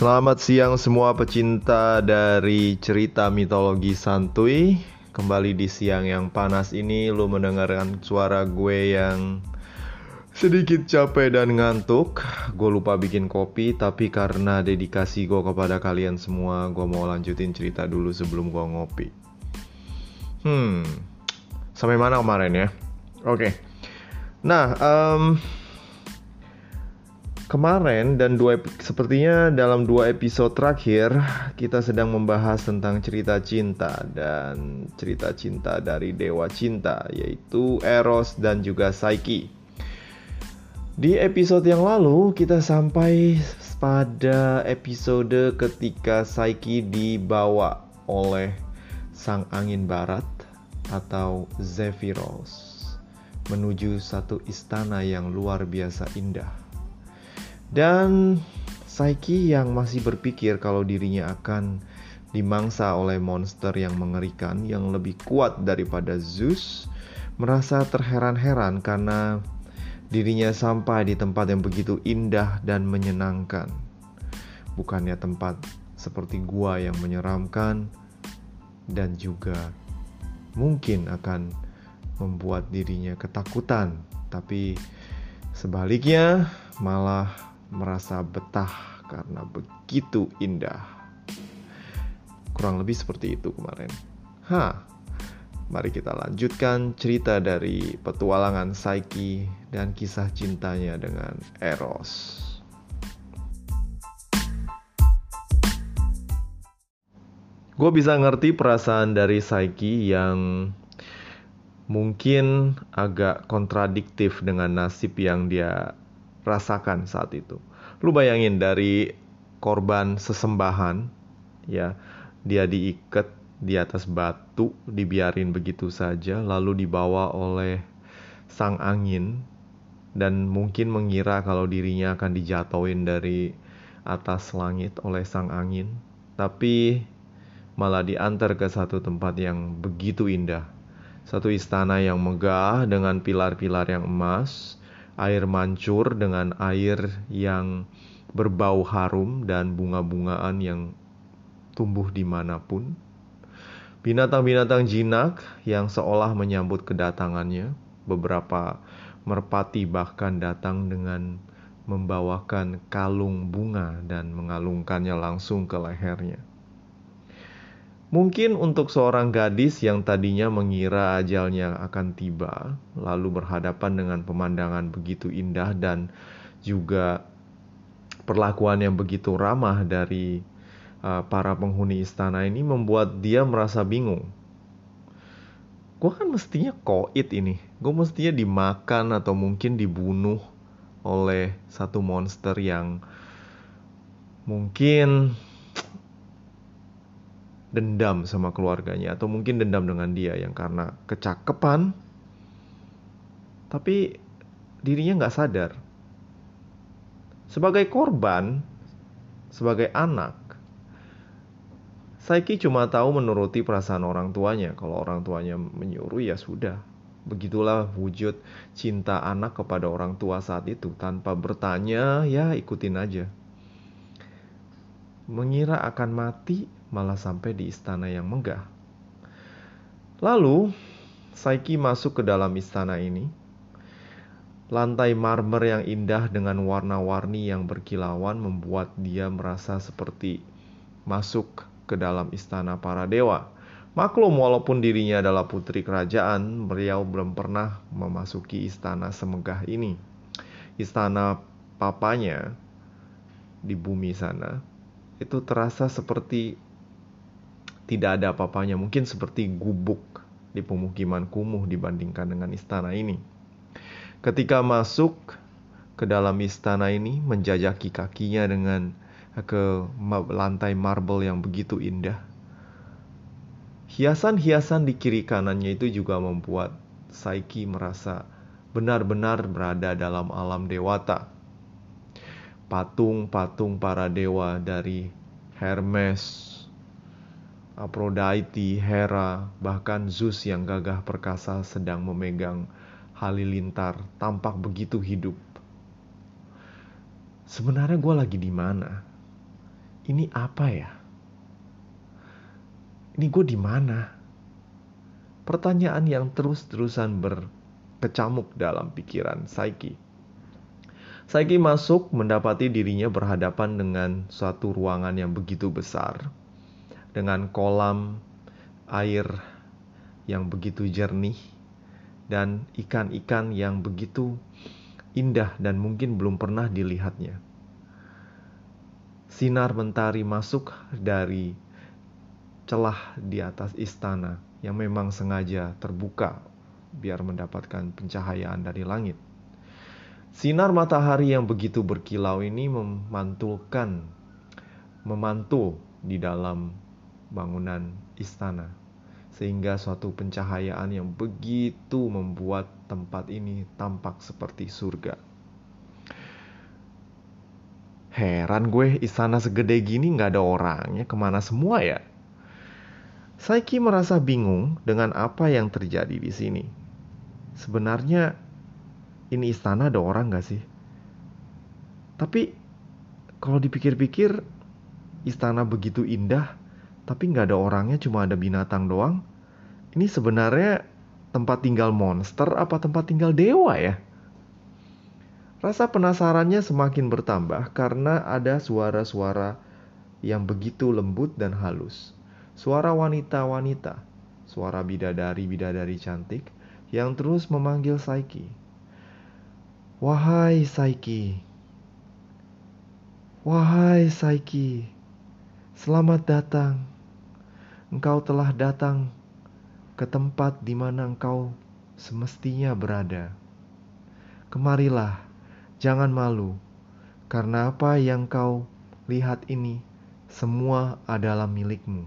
Selamat siang semua pecinta dari cerita mitologi santuy. Kembali di siang yang panas ini lu mendengarkan suara gue yang sedikit capek dan ngantuk. Gue lupa bikin kopi, tapi karena dedikasi gue kepada kalian semua, gue mau lanjutin cerita dulu sebelum gue ngopi. Sampai mana kemarin ya? Oke. Nah, kemarin dan sepertinya dalam 2 episode terakhir kita sedang membahas tentang cerita cinta dan cerita cinta dari dewa cinta, yaitu Eros dan juga Psyche. Di episode yang lalu kita sampai pada episode ketika Psyche dibawa oleh sang angin barat atau Zephyros menuju satu istana yang luar biasa indah. Dan Psyche yang masih berpikir kalau dirinya akan dimangsa oleh monster yang mengerikan yang lebih kuat daripada Zeus, merasa terheran-heran karena dirinya sampai di tempat yang begitu indah dan menyenangkan. Bukannya tempat seperti gua yang menyeramkan dan juga mungkin akan membuat dirinya ketakutan, tapi sebaliknya malah merasa betah karena begitu indah. Kurang lebih seperti itu kemarin. Mari kita lanjutkan cerita dari petualangan Psyche dan kisah cintanya dengan Eros. Gue bisa ngerti perasaan dari Psyche yang mungkin agak kontradiktif dengan nasib yang dia rasakan saat itu. Lu bayangin dari korban sesembahan, ya, dia diikat di atas batu, dibiarin begitu saja, lalu dibawa oleh sang angin dan mungkin mengira kalau dirinya akan dijatuhin dari atas langit oleh sang angin, tapi malah diantar ke satu tempat yang begitu indah. Satu istana yang megah dengan pilar-pilar yang emas, air mancur dengan air yang berbau harum dan bunga-bungaan yang tumbuh dimanapun. Binatang-binatang jinak yang seolah menyambut kedatangannya. Beberapa merpati bahkan datang dengan membawakan kalung bunga dan mengalungkannya langsung ke lehernya. Mungkin untuk seorang gadis yang tadinya mengira ajalnya akan tiba, lalu berhadapan dengan pemandangan begitu indah dan juga perlakuan yang begitu ramah dari para penghuni istana ini, membuat dia merasa bingung. Gue kan mestinya koit ini, gue mestinya dimakan atau mungkin dibunuh oleh satu monster yang mungkin dendam sama keluarganya, atau mungkin dendam dengan dia yang karena kecakapan, tapi dirinya gak sadar. Sebagai korban, sebagai anak, Psyche cuma tahu menuruti perasaan orang tuanya. Kalau orang tuanya menyuruh, ya sudah. Begitulah wujud cinta anak kepada orang tua saat itu. Tanpa bertanya, ya ikutin aja. Mengira akan mati, malah sampai di istana yang megah. Lalu Psyche masuk ke dalam istana ini. Lantai marmer yang indah dengan warna-warni yang berkilauan membuat dia merasa seperti masuk ke dalam istana para dewa. Maklum, walaupun dirinya adalah putri kerajaan, beliau belum pernah memasuki istana semegah ini. Istana papanya di bumi sana itu terasa seperti tidak ada apa-apanya, mungkin seperti gubuk di pemukiman kumuh dibandingkan dengan istana ini. Ketika masuk ke dalam istana ini, menjajaki kakinya dengan ke lantai marble yang begitu indah, hiasan-hiasan di kiri kanannya itu juga membuat Psyche merasa benar-benar berada dalam alam dewata. Patung-patung para dewa dari Hermes, Aphrodite, Hera, bahkan Zeus yang gagah perkasa sedang memegang halilintar tampak begitu hidup. Sebenarnya gue lagi di mana? Ini apa ya? Ini gue di mana? Pertanyaan yang terus-terusan berkecamuk dalam pikiran Saiki. Saiki masuk mendapati dirinya berhadapan dengan suatu ruangan yang begitu besar, dengan kolam air yang begitu jernih, dan ikan-ikan yang begitu indah dan mungkin belum pernah dilihatnya. Sinar mentari masuk dari celah di atas istana yang memang sengaja terbuka biar mendapatkan pencahayaan dari langit. Sinar matahari yang begitu berkilau ini memantul di dalam bangunan istana, sehingga suatu pencahayaan yang begitu membuat tempat ini tampak seperti surga. Heran gue, istana segede gini gak ada orangnya, kemana semua ya? Saiki merasa bingung dengan apa yang terjadi di sini. Sebenarnya ini istana ada orang gak sih? Tapi kalau dipikir-pikir, istana begitu indah, tapi gak ada orangnya, cuma ada binatang doang. Ini sebenarnya tempat tinggal monster apa tempat tinggal dewa ya? Rasa penasarannya semakin bertambah karena ada suara-suara yang begitu lembut dan halus. Suara wanita-wanita, suara bidadari-bidadari cantik yang terus memanggil Saiki. Wahai Saiki, wahai Saiki, selamat datang. Engkau telah datang ke tempat di mana engkau semestinya berada. Kemarilah, jangan malu, karena apa yang kau lihat ini semua adalah milikmu.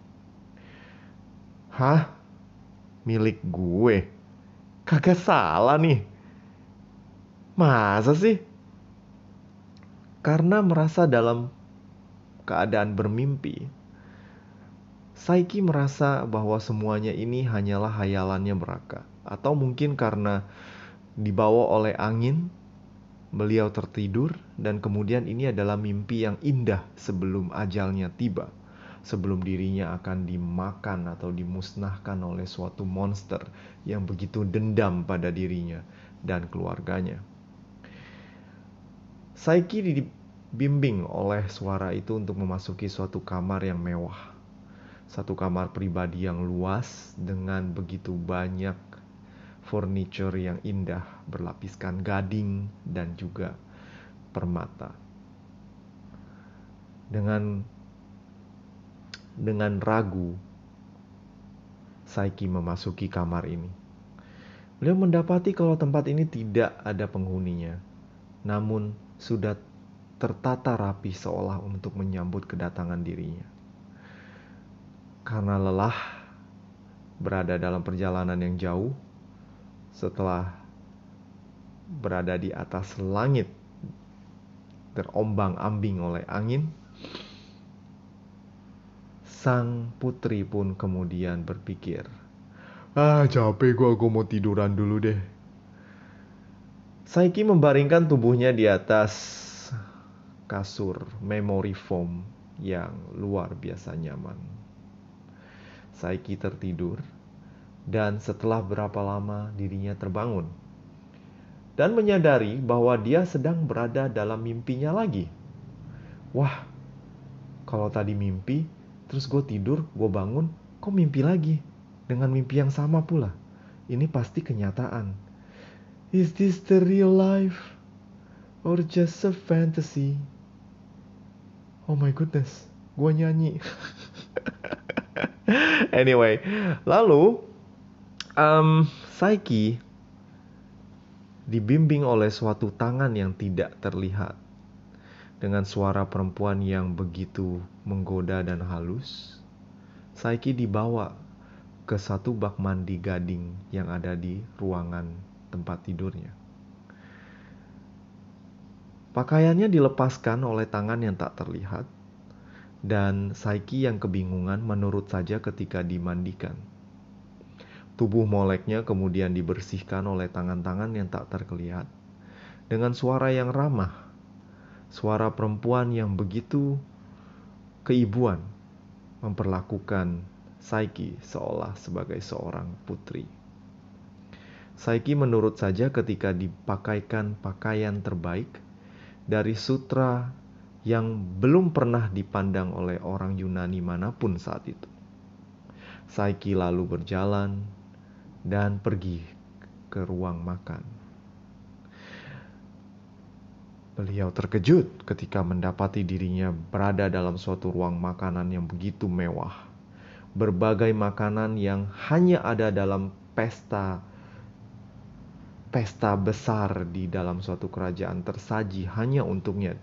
Hah? Milik gue? Kagak salah nih. Masa sih? Karena merasa dalam keadaan bermimpi, Saiki merasa bahwa semuanya ini hanyalah hayalannya Braka. Atau mungkin karena dibawa oleh angin, beliau tertidur dan kemudian ini adalah mimpi yang indah sebelum ajalnya tiba. Sebelum dirinya akan dimakan atau dimusnahkan oleh suatu monster yang begitu dendam pada dirinya dan keluarganya. Saiki dibimbing oleh suara itu untuk memasuki suatu kamar yang mewah. Satu kamar pribadi yang luas dengan begitu banyak furniture yang indah berlapiskan gading dan juga permata. Dengan ragu, Saiki memasuki kamar ini. Beliau mendapati kalau tempat ini tidak ada penghuninya, namun sudah tertata rapi seolah untuk menyambut kedatangan dirinya. Karena lelah berada dalam perjalanan yang jauh, setelah berada di atas langit terombang-ambing oleh angin, sang putri pun kemudian berpikir, capek gue mau tiduran dulu deh. Saiki membaringkan tubuhnya di atas kasur memory foam yang luar biasa nyaman. Saiki tertidur dan setelah berapa lama dirinya terbangun dan menyadari bahwa dia sedang berada dalam mimpinya lagi. Wah, kalau tadi mimpi, terus gue tidur, gue bangun, kok mimpi lagi? Dengan mimpi yang sama pula. Ini pasti kenyataan. Is this the real life? Or just a fantasy? Oh my goodness, gue nyanyi. Anyway, lalu Saiki dibimbing oleh suatu tangan yang tidak terlihat dengan suara perempuan yang begitu menggoda dan halus. Saiki dibawa ke satu bak mandi gading yang ada di ruangan tempat tidurnya. Pakaiannya dilepaskan oleh tangan yang tak terlihat, dan Saiki yang kebingungan menurut saja ketika dimandikan. Tubuh moleknya kemudian dibersihkan oleh tangan-tangan yang tak terlihat dengan suara yang ramah. Suara perempuan yang begitu keibuan memperlakukan Saiki seolah sebagai seorang putri. Saiki menurut saja ketika dipakaikan pakaian terbaik dari sutra yang belum pernah dipandang oleh orang Yunani manapun saat itu. Saiki lalu berjalan dan pergi ke ruang makan. Beliau terkejut ketika mendapati dirinya berada dalam suatu ruang makanan yang begitu mewah. Berbagai makanan yang hanya ada dalam pesta besar di dalam suatu kerajaan tersaji hanya untuknya.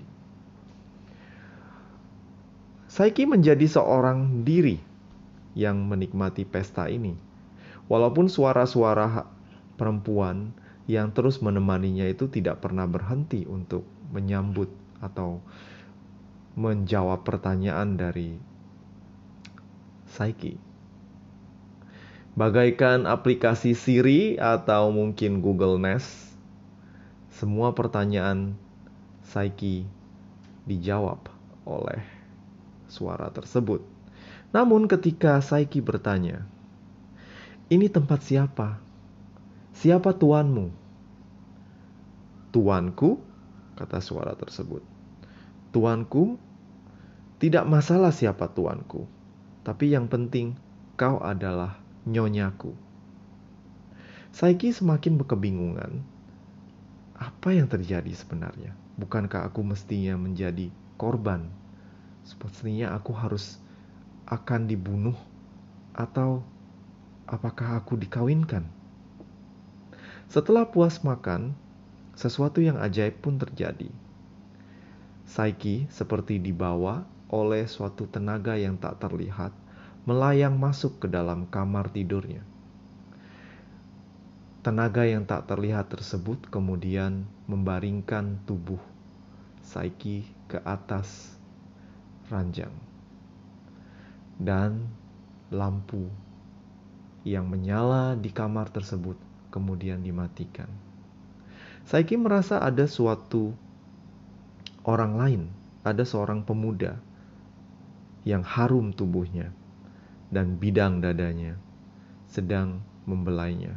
Saiki menjadi seorang diri yang menikmati pesta ini. Walaupun suara-suara perempuan yang terus menemaninya itu tidak pernah berhenti untuk menyambut atau menjawab pertanyaan dari Saiki. Bagaikan aplikasi Siri atau mungkin Google Nest, semua pertanyaan Saiki dijawab oleh suara tersebut. Namun ketika Saiki bertanya, "Ini tempat siapa? Siapa tuanmu?" "Tuanku," kata suara tersebut. "Tuanku, tidak masalah siapa tuanku, tapi yang penting kau adalah nyonyaku." Saiki semakin kebingungan. Apa yang terjadi sebenarnya? Bukankah aku mestinya menjadi korban? Sepertinya aku harus akan dibunuh, atau apakah aku dikawinkan? Setelah puas makan, sesuatu yang ajaib pun terjadi. Saiki seperti dibawa oleh suatu tenaga yang tak terlihat, melayang masuk ke dalam kamar tidurnya. Tenaga yang tak terlihat tersebut kemudian membaringkan tubuh Saiki ke atas ranjang. Dan lampu yang menyala di kamar tersebut kemudian dimatikan. Saiki merasa ada suatu orang lain, ada seorang pemuda yang harum tubuhnya dan bidang dadanya sedang membelainya.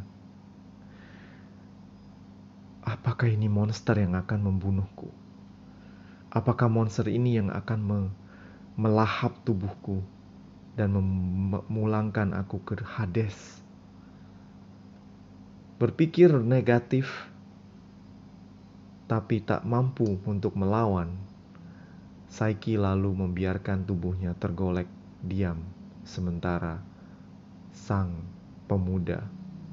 Apakah ini monster yang akan membunuhku? Apakah monster ini yang akan melahap tubuhku dan memulangkan aku ke Hades? Berpikir negatif tapi tak mampu untuk melawan, Saiki lalu membiarkan tubuhnya tergolek diam sementara sang pemuda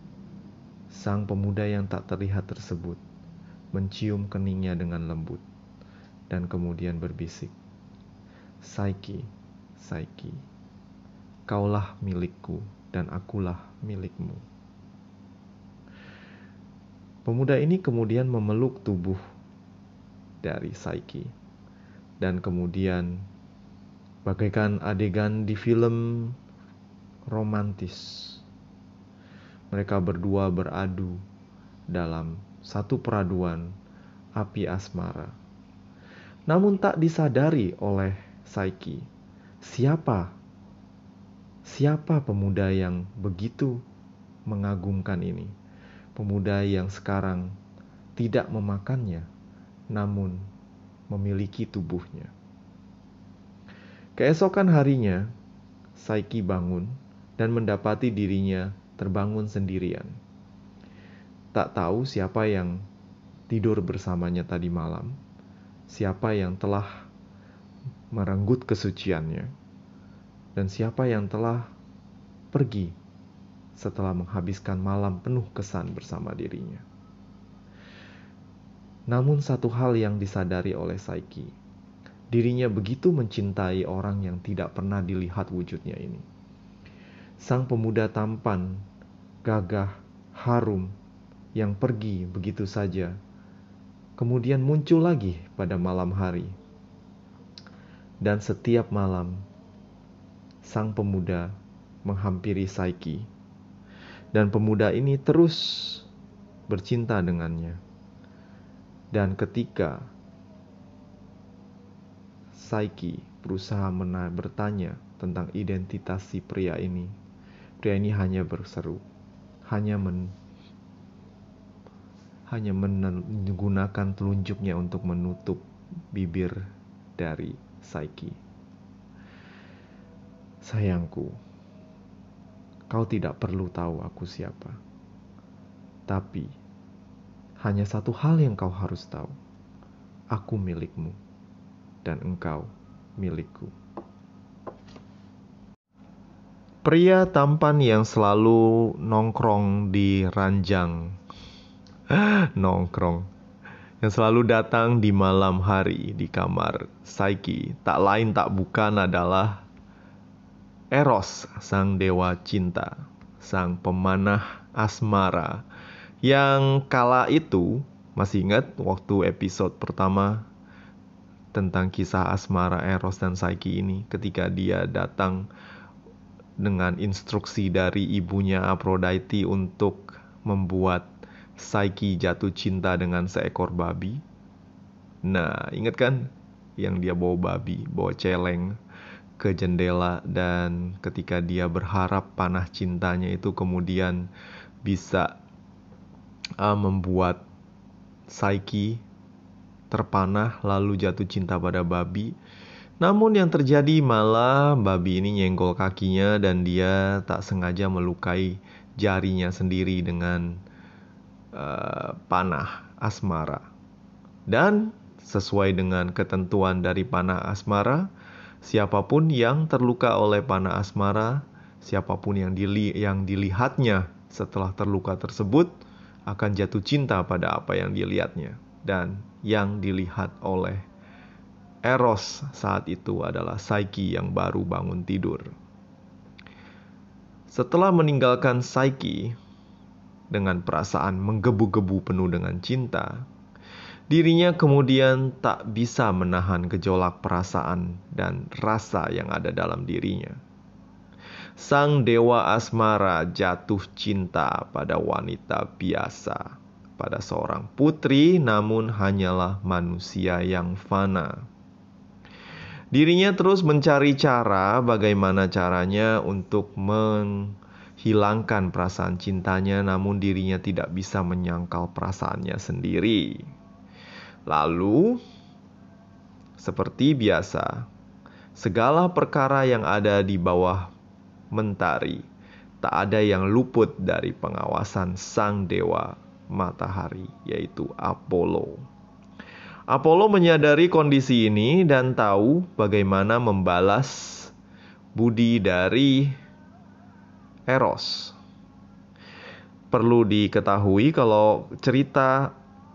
yang tak terlihat tersebut mencium keningnya dengan lembut dan kemudian berbisik, "Saiki, Saiki, kaulah milikku dan akulah milikmu." Pemuda ini kemudian memeluk tubuh dari Saiki dan kemudian bagaikan adegan di film romantis, mereka berdua beradu dalam satu peraduan api asmara. Namun tak disadari oleh Saiki, siapa pemuda yang begitu mengagumkan ini. Pemuda yang sekarang tidak memakannya, namun memiliki tubuhnya. Keesokan harinya, Saiki bangun dan mendapati dirinya terbangun sendirian. Tak tahu siapa yang tidur bersamanya tadi malam, siapa yang telah merenggut kesuciannya, dan siapa yang telah pergi setelah menghabiskan malam penuh kesan bersama dirinya. Namun satu hal yang disadari oleh Saiki, dirinya begitu mencintai orang yang tidak pernah dilihat wujudnya ini. Sang pemuda tampan, gagah, harum, yang pergi begitu saja, kemudian muncul lagi pada malam hari. Dan setiap malam, sang pemuda menghampiri Saiki, dan pemuda ini terus bercinta dengannya. Dan ketika Psyche berusaha bertanya tentang identitas si pria ini. Pria ini hanya berseru, hanya menggunakan telunjuknya untuk menutup bibir dari Psyche. Sayangku, kau tidak perlu tahu aku siapa. Tapi, hanya satu hal yang kau harus tahu. Aku milikmu, dan engkau milikku. Pria tampan yang selalu nongkrong di ranjang. Yang selalu datang di malam hari di kamar Psyche, tak lain tak bukan adalah Eros, sang dewa cinta, sang pemanah asmara, yang kala itu, masih ingat waktu episode pertama tentang kisah asmara Eros dan Psyche ini, ketika dia datang dengan instruksi dari ibunya Aphrodite untuk membuat Psyche jatuh cinta dengan seekor babi. Nah, ingat kan? Yang dia bawa babi, bawa celeng ke jendela, dan ketika dia berharap panah cintanya itu kemudian bisa membuat Psyche terpanah lalu jatuh cinta pada babi. Namun yang terjadi malah babi ini nyenggol kakinya dan dia tak sengaja melukai jarinya sendiri dengan panah asmara. Dan sesuai dengan ketentuan dari panah asmara, siapapun yang terluka oleh panah asmara, siapapun yang dilihatnya setelah terluka tersebut akan jatuh cinta pada apa yang dilihatnya. Dan yang dilihat oleh Eros saat itu adalah Psyche yang baru bangun tidur. Setelah meninggalkan Psyche dengan perasaan menggebu-gebu penuh dengan cinta, dirinya kemudian tak bisa menahan gejolak perasaan dan rasa yang ada dalam dirinya. Sang dewa asmara jatuh cinta pada wanita biasa, pada seorang putri, namun hanyalah manusia yang fana. Dirinya terus mencari cara bagaimana caranya untuk menghilangkan perasaan cintanya, namun dirinya tidak bisa menyangkal perasaannya sendiri. Lalu, seperti biasa, segala perkara yang ada di bawah mentari, tak ada yang luput dari pengawasan sang dewa matahari, yaitu Apollo. Apollo menyadari kondisi ini dan tahu bagaimana membalas budi dari Eros. Perlu diketahui kalau cerita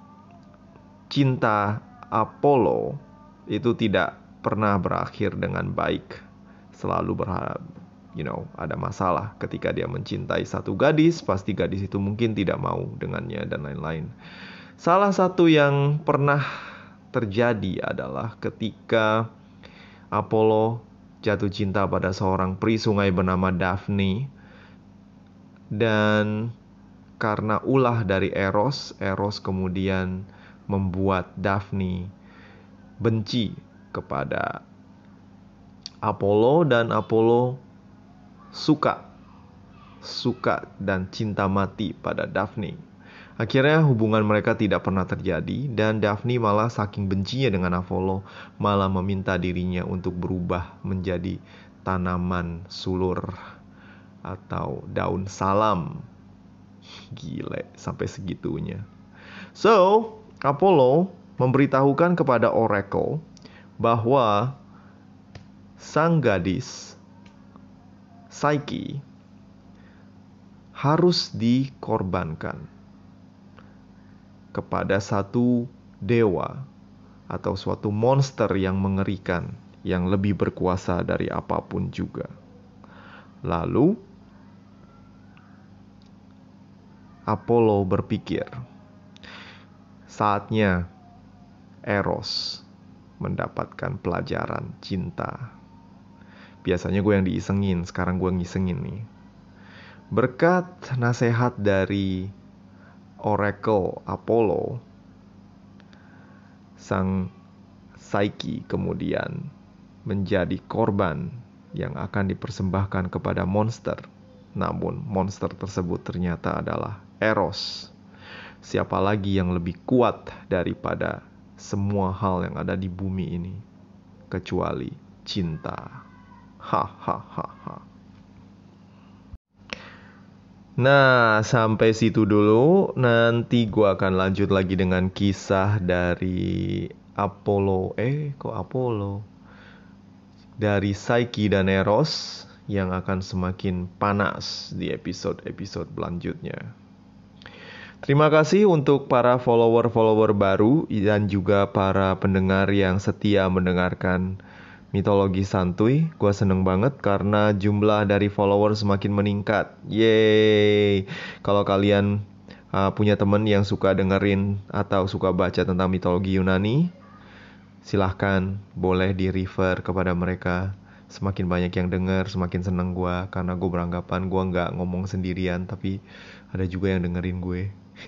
cinta Apollo itu tidak pernah berakhir dengan baik. Selalu berharap, ada masalah ketika dia mencintai satu gadis, pasti gadis itu mungkin tidak mau dengannya dan lain-lain. Salah satu yang pernah terjadi adalah ketika Apollo jatuh cinta pada seorang peri sungai bernama Daphne, dan karena ulah dari Eros kemudian membuat Daphne benci kepada Apollo, dan Apollo suka dan cinta mati pada Daphne. Akhirnya hubungan mereka tidak pernah terjadi, dan Daphne malah saking bencinya dengan Apollo malah meminta dirinya untuk berubah menjadi tanaman sulur atau daun salam. Gile, sampai segitunya. So, Apollo memberitahukan kepada Oracle bahwa sang gadis Psyche harus dikorbankan kepada satu dewa atau suatu monster yang mengerikan, yang lebih berkuasa dari apapun juga. Lalu Apollo berpikir, saatnya Eros mendapatkan pelajaran cinta. Biasanya gue yang diisengin, sekarang gue ngisengin nih. Berkat nasihat dari Oracle Apollo, sang Psyche kemudian menjadi korban yang akan dipersembahkan kepada monster. Namun monster tersebut ternyata adalah Eros. Siapa lagi yang lebih kuat daripada semua hal yang ada di bumi ini kecuali cinta. Hahaha. Nah, sampai situ dulu. Nanti gua akan lanjut lagi dengan kisah dari Apollo. Kok Apollo? Dari Psyche dan Eros yang akan semakin panas di episode-episode selanjutnya. Terima kasih untuk para follower-follower baru dan juga para pendengar yang setia mendengarkan Mitologi Santuy. Gua seneng banget karena jumlah dari follower semakin meningkat. Yeay! Kalau kalian punya teman yang suka dengerin atau suka baca tentang mitologi Yunani, silahkan boleh di-refer kepada mereka. Semakin banyak yang denger, semakin seneng gue. Karena gue beranggapan gue gak ngomong sendirian, tapi ada juga yang dengerin gue.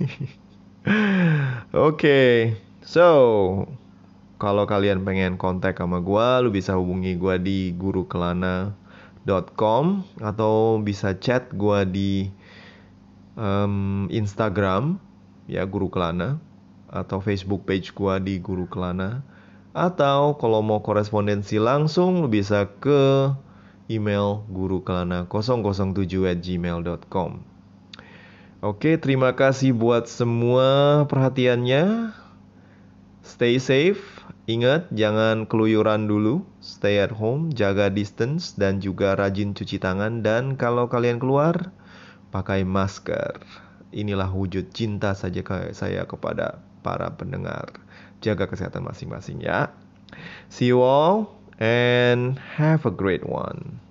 Oke, so kalau kalian pengen kontak sama gue, lu bisa hubungi gue di gurukelana.com atau bisa chat gue di Instagram ya Guru Kelana, atau Facebook page gue di Guru Kelana, atau kalau mau korespondensi langsung lu bisa ke email gurukelana007@gmail.com. Oke, terima kasih buat semua perhatiannya. Stay safe. Ingat, jangan keluyuran dulu. Stay at home, jaga distance, dan juga rajin cuci tangan. Dan kalau kalian keluar, pakai masker. Inilah wujud cinta saya kepada para pendengar. Jaga kesehatan masing-masing ya. See you all and have a great one.